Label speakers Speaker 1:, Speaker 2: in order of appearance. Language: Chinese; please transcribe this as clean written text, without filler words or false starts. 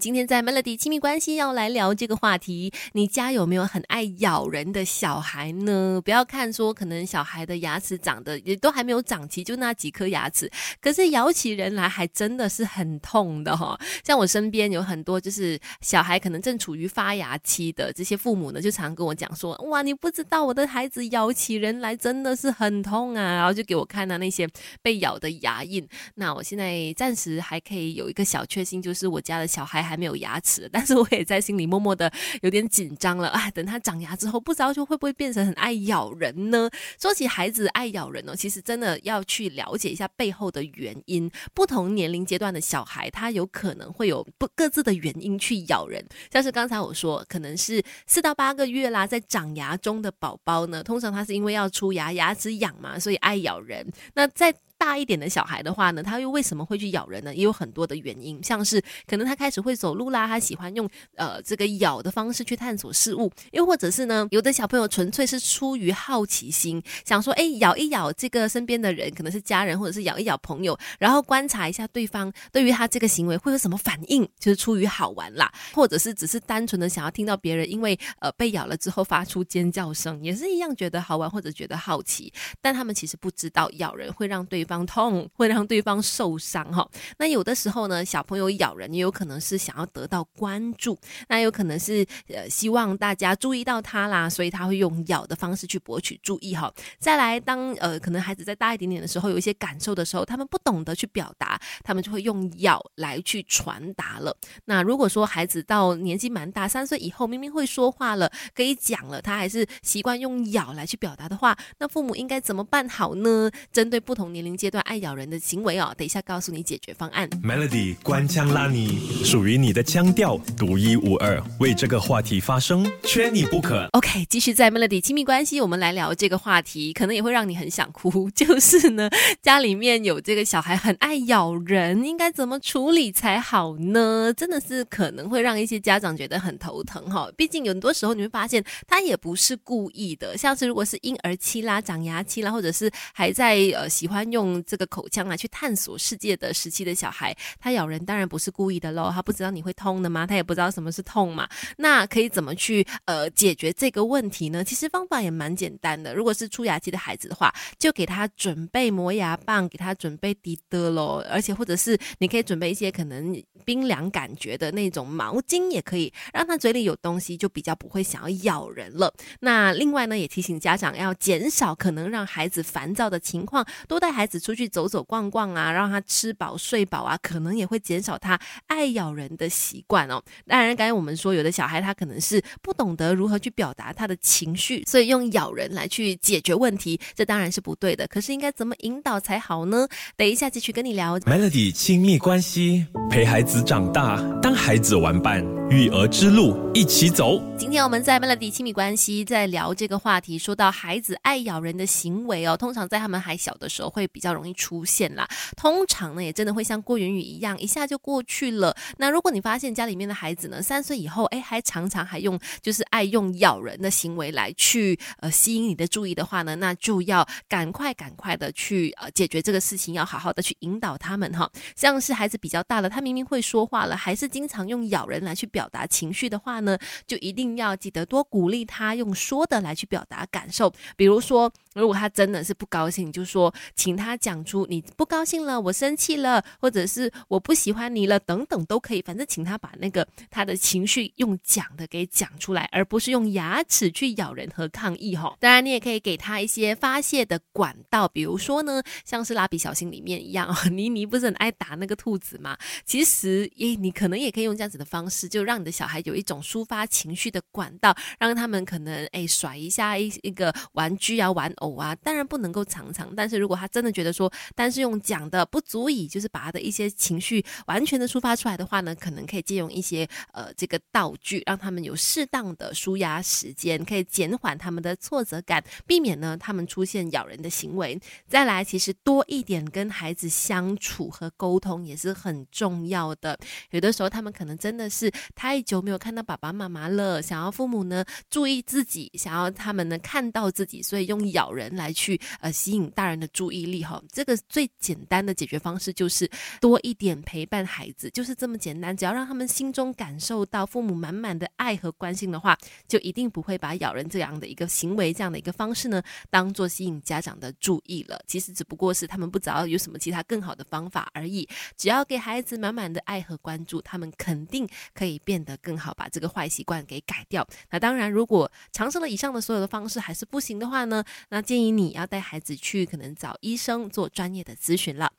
Speaker 1: 今天在 Melody 亲密关系要来聊这个话题，你家有没有很爱咬人的小孩呢？不要看说可能小孩的牙齿长得也都还没有长齐，就那几颗牙齿，可是咬起人来还真的是很痛的齁。像我身边有很多就是小孩可能正处于发芽期的这些父母呢，就常跟我讲说，哇，你不知道我的孩子咬起人来真的是很痛啊，然后就给我看那些被咬的牙印。那我现在暂时还可以有一个小确幸，就是我家的小孩还没有牙齿，但是我也在心里默默的有点紧张了啊！等他长牙之后，不知道就会不会变成很爱咬人呢？说起孩子爱咬人其实真的要去了解一下背后的原因。不同年龄阶段的小孩，他有可能会有各自的原因去咬人，像是刚才我说，可能是4到8个月啦，在长牙中的宝宝呢，通常他是因为要出牙，牙齿痒嘛，所以爱咬人。那在大一点的小孩的话呢，他又为什么会去咬人呢？也有很多的原因，像是可能他开始会走路啦，他喜欢用这个咬的方式去探索事物，又或者是呢，有的小朋友纯粹是出于好奇心，想说咬一咬这个身边的人，可能是家人或者是咬一咬朋友，然后观察一下对方对于他这个行为会有什么反应，就是出于好玩啦，或者是只是单纯的想要听到别人因为被咬了之后发出尖叫声，也是一样觉得好玩或者觉得好奇，但他们其实不知道咬人会让对方痛，会让对方受伤齁。那有的时候呢，小朋友咬人也有可能是想要得到关注，那有可能是希望大家注意到他啦，所以他会用咬的方式去博取注意齁。再来当可能孩子再大一点点的时候，有一些感受的时候，他们不懂得去表达，他们就会用咬来去传达了。那如果说孩子到年纪蛮大，3岁以后明明会说话了，可以讲了，他还是习惯用咬来去表达的话，那父母应该怎么办好呢？针对不同年龄阶段爱咬人的行为等一下告诉你解决方案。
Speaker 2: Melody 官腔拉你，属于你的腔调，独一无二，为这个话题发声，缺你不可。
Speaker 1: OK， 继续在 Melody 亲密关系，我们来聊这个话题，可能也会让你很想哭，就是呢，家里面有这个小孩很爱咬人，应该怎么处理才好呢？真的是可能会让一些家长觉得很头疼毕竟有很多时候你会发现他也不是故意的，像是如果是婴儿期啦、长牙期啦，或者是还在喜欢用这个口腔来去探索世界的时期的小孩，他咬人当然不是故意的咯，他不知道你会痛的吗？他也不知道什么是痛嘛。那可以怎么去解决这个问题呢？其实方法也蛮简单的，如果是出牙期的孩子的话，就给他准备磨牙棒，给他准备滴的咯，而且或者是你可以准备一些可能冰凉感觉的那种毛巾，也可以让他嘴里有东西，就比较不会想要咬人了。那另外呢，也提醒家长要减少可能让孩子烦躁的情况，多带孩子出去走走逛逛啊，让他吃饱睡饱啊，可能也会减少他爱咬人的习惯当然刚才我们说有的小孩他可能是不懂得如何去表达他的情绪，所以用咬人来去解决问题，这当然是不对的，可是应该怎么引导才好呢？等一下继续跟你聊。
Speaker 2: Melody 亲密关系，陪孩子长大，当孩子玩伴，育儿之路一起走。
Speaker 1: 今天我们在 Melody 亲密关系在聊这个话题，说到孩子爱咬人的行为通常在他们还小的时候会比较容易出现啦，通常呢也真的会像过元雨一样一下就过去了。那如果你发现家里面的孩子呢3岁以后还常常还用就是爱用咬人的行为来去吸引你的注意的话呢，那就要赶快的去解决这个事情，要好好的去引导他们像是孩子比较大了，他明明会说话了，还是经常用咬人来去表达情绪的话呢，就一定要记得多鼓励他用说的来去表达感受。比如说如果他真的是不高兴，就说请他讲出你不高兴了，我生气了，或者是我不喜欢你了等等都可以，反正请他把那个他的情绪用讲的给讲出来，而不是用牙齿去咬人和抗议当然你也可以给他一些发泄的管道，比如说呢像是蜡笔小新里面一样妮妮不是很爱打那个兔子吗？其实你可能也可以用这样子的方式，就让你的小孩有一种抒发情绪的管道，让他们可能甩一下一个玩具啊玩偶啊，当然不能够常常，但是如果他真的觉得说单是用讲的不足以就是把他的一些情绪完全的抒发出来的话呢，可能可以借用一些这个道具，让他们有适当的抒压时间，可以减缓他们的挫折感，避免呢他们出现咬人的行为。再来其实多一点跟孩子相处和沟通也是很重要的，有的时候他们可能真的是太久没有看到爸爸妈妈了，想要父母呢注意自己，想要他们呢看到自己，所以用咬人来去吸引大人的注意力哈。这个最简单的解决方式就是多一点陪伴孩子，就是这么简单。只要让他们心中感受到父母满满的爱和关心的话，就一定不会把咬人这样的一个行为，这样的一个方式呢当做吸引家长的注意了。其实只不过是他们不知道有什么其他更好的方法而已。只要给孩子满满的爱和关注，他们肯定可以变得更好，把这个坏习惯给改掉。那当然，如果尝试了以上的所有的方式还是不行的话呢，那建议你要带孩子去可能找医生做专业的咨询了。